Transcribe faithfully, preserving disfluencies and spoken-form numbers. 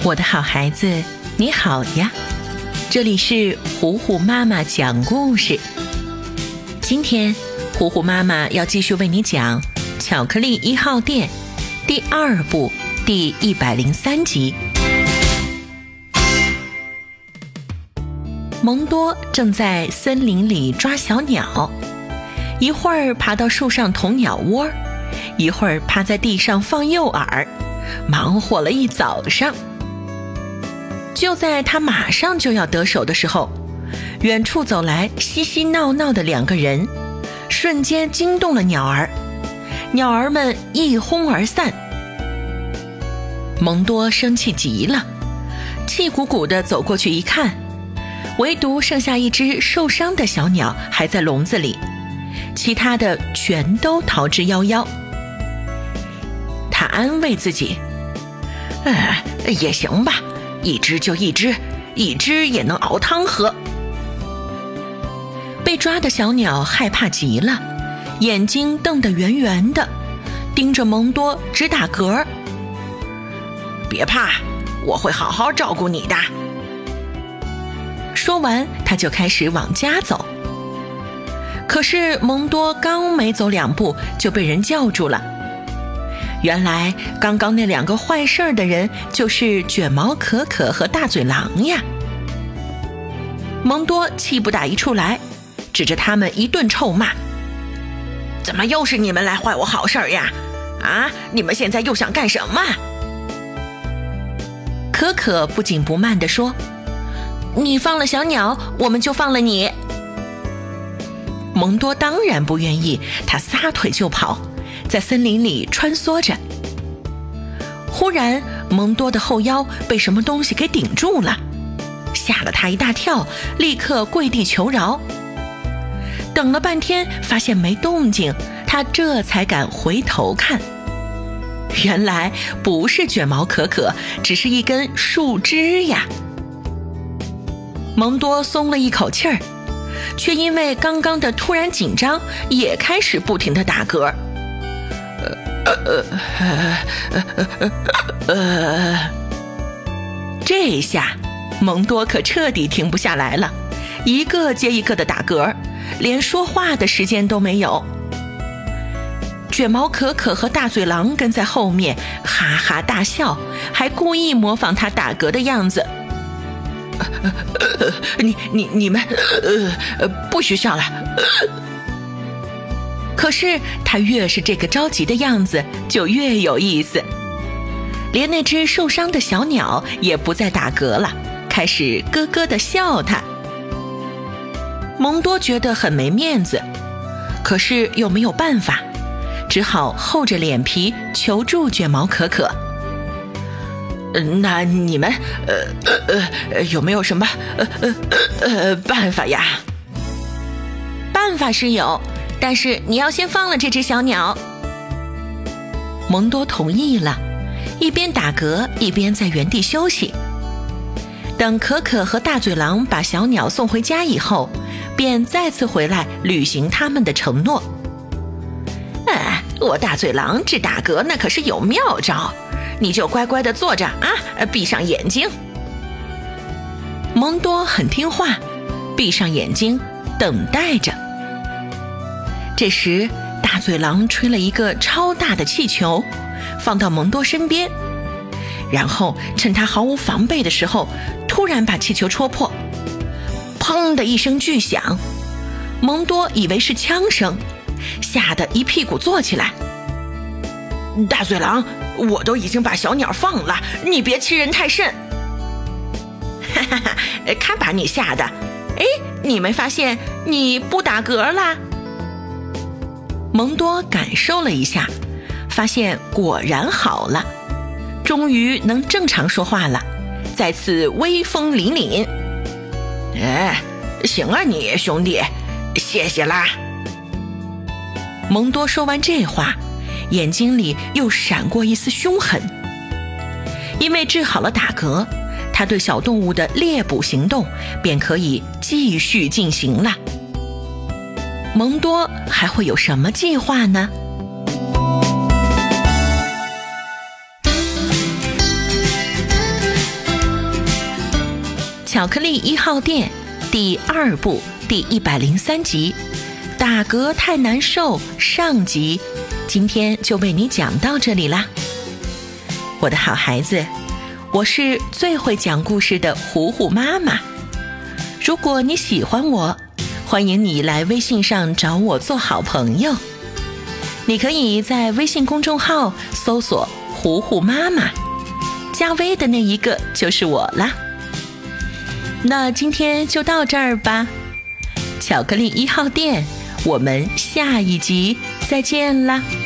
我的好孩子，你好呀！这里是虎虎妈妈讲故事。今天，虎虎妈妈要继续为你讲《巧克力一号店》第二部第一百零三集。蒙多正在森林里抓小鸟，一会儿爬到树上捅鸟窝，一会儿趴在地上放诱饵，忙活了一早上。就在他马上就要得手的时候，远处走来嬉嬉闹闹的两个人，瞬间惊动了鸟儿，鸟儿们一哄而散。蒙多生气极了，气鼓鼓地走过去一看，唯独剩下一只受伤的小鸟还在笼子里，其他的全都逃之夭夭。他安慰自己，哎，也行吧，一只就一只，一只也能熬汤喝。被抓的小鸟害怕极了，眼睛瞪得圆圆的，盯着蒙多直打嗝。别怕，我会好好照顾你的。说完，他就开始往家走。可是蒙多刚没走两步，就被人叫住了。原来刚刚那两个坏事的人就是卷毛可可和大嘴狼呀。蒙多气不打一处来，指着他们一顿臭骂：怎么又是你们来坏我好事呀？啊，你们现在又想干什么？可可不紧不慢地说：你放了小鸟，我们就放了你。蒙多当然不愿意，他撒腿就跑，在森林里穿梭着。忽然，蒙多的后腰被什么东西给顶住了，吓了他一大跳，立刻跪地求饶。等了半天，发现没动静，他这才敢回头看。原来不是卷毛可可，只是一根树枝呀。蒙多松了一口气儿，却因为刚刚的突然紧张，也开始不停地打嗝。呃呃呃呃呃，这下蒙多可彻底停不下来了，一个接一个的打嗝，连说话的时间都没有。卷毛可可和大嘴狼跟在后面哈哈大笑，还故意模仿他打嗝的样子。呃呃、你你你们呃不许笑了。可是他越是这个着急的样子，就越有意思。连那只受伤的小鸟也不再打嗝了，开始咯咯地笑他。蒙多觉得很没面子，可是又没有办法，只好厚着脸皮求助卷毛可可。那你们呃呃呃有没有什么呃呃呃办法呀？办法是有，但是你要先放了这只小鸟。蒙多同意了，一边打嗝一边在原地休息。等可可和大嘴狼把小鸟送回家以后，便再次回来履行他们的承诺。哎，我大嘴狼治打嗝那可是有妙招，你就乖乖地坐着啊，闭上眼睛。蒙多很听话，闭上眼睛等待着。这时大嘴狼吹了一个超大的气球，放到蒙多身边，然后趁他毫无防备的时候，突然把气球戳破，砰的一声巨响。蒙多以为是枪声，吓得一屁股坐起来。大嘴狼，我都已经把小鸟放了，你别欺人太甚。哈哈哈，看把你吓的。哎，你没发现你不打嗝啦？蒙多感受了一下，发现果然好了，终于能正常说话了，再次威风凛凛。哎，行啊你兄弟，谢谢啦。蒙多说完这话，眼睛里又闪过一丝凶狠。因为治好了打嗝，他对小动物的猎捕行动便可以继续进行了。蒙多还会有什么计划呢？ 巧克力一号店第二部第一百零三集，打嗝太难受上集，今天就为你讲到这里啦。我的好孩子，我是最会讲故事的虎虎妈妈。如果你喜欢我，欢迎你来微信上找我做好朋友。你可以在微信公众号搜索虎虎妈妈，加微的那一个就是我啦。那今天就到这儿吧，巧克力一号店，我们下一集再见啦。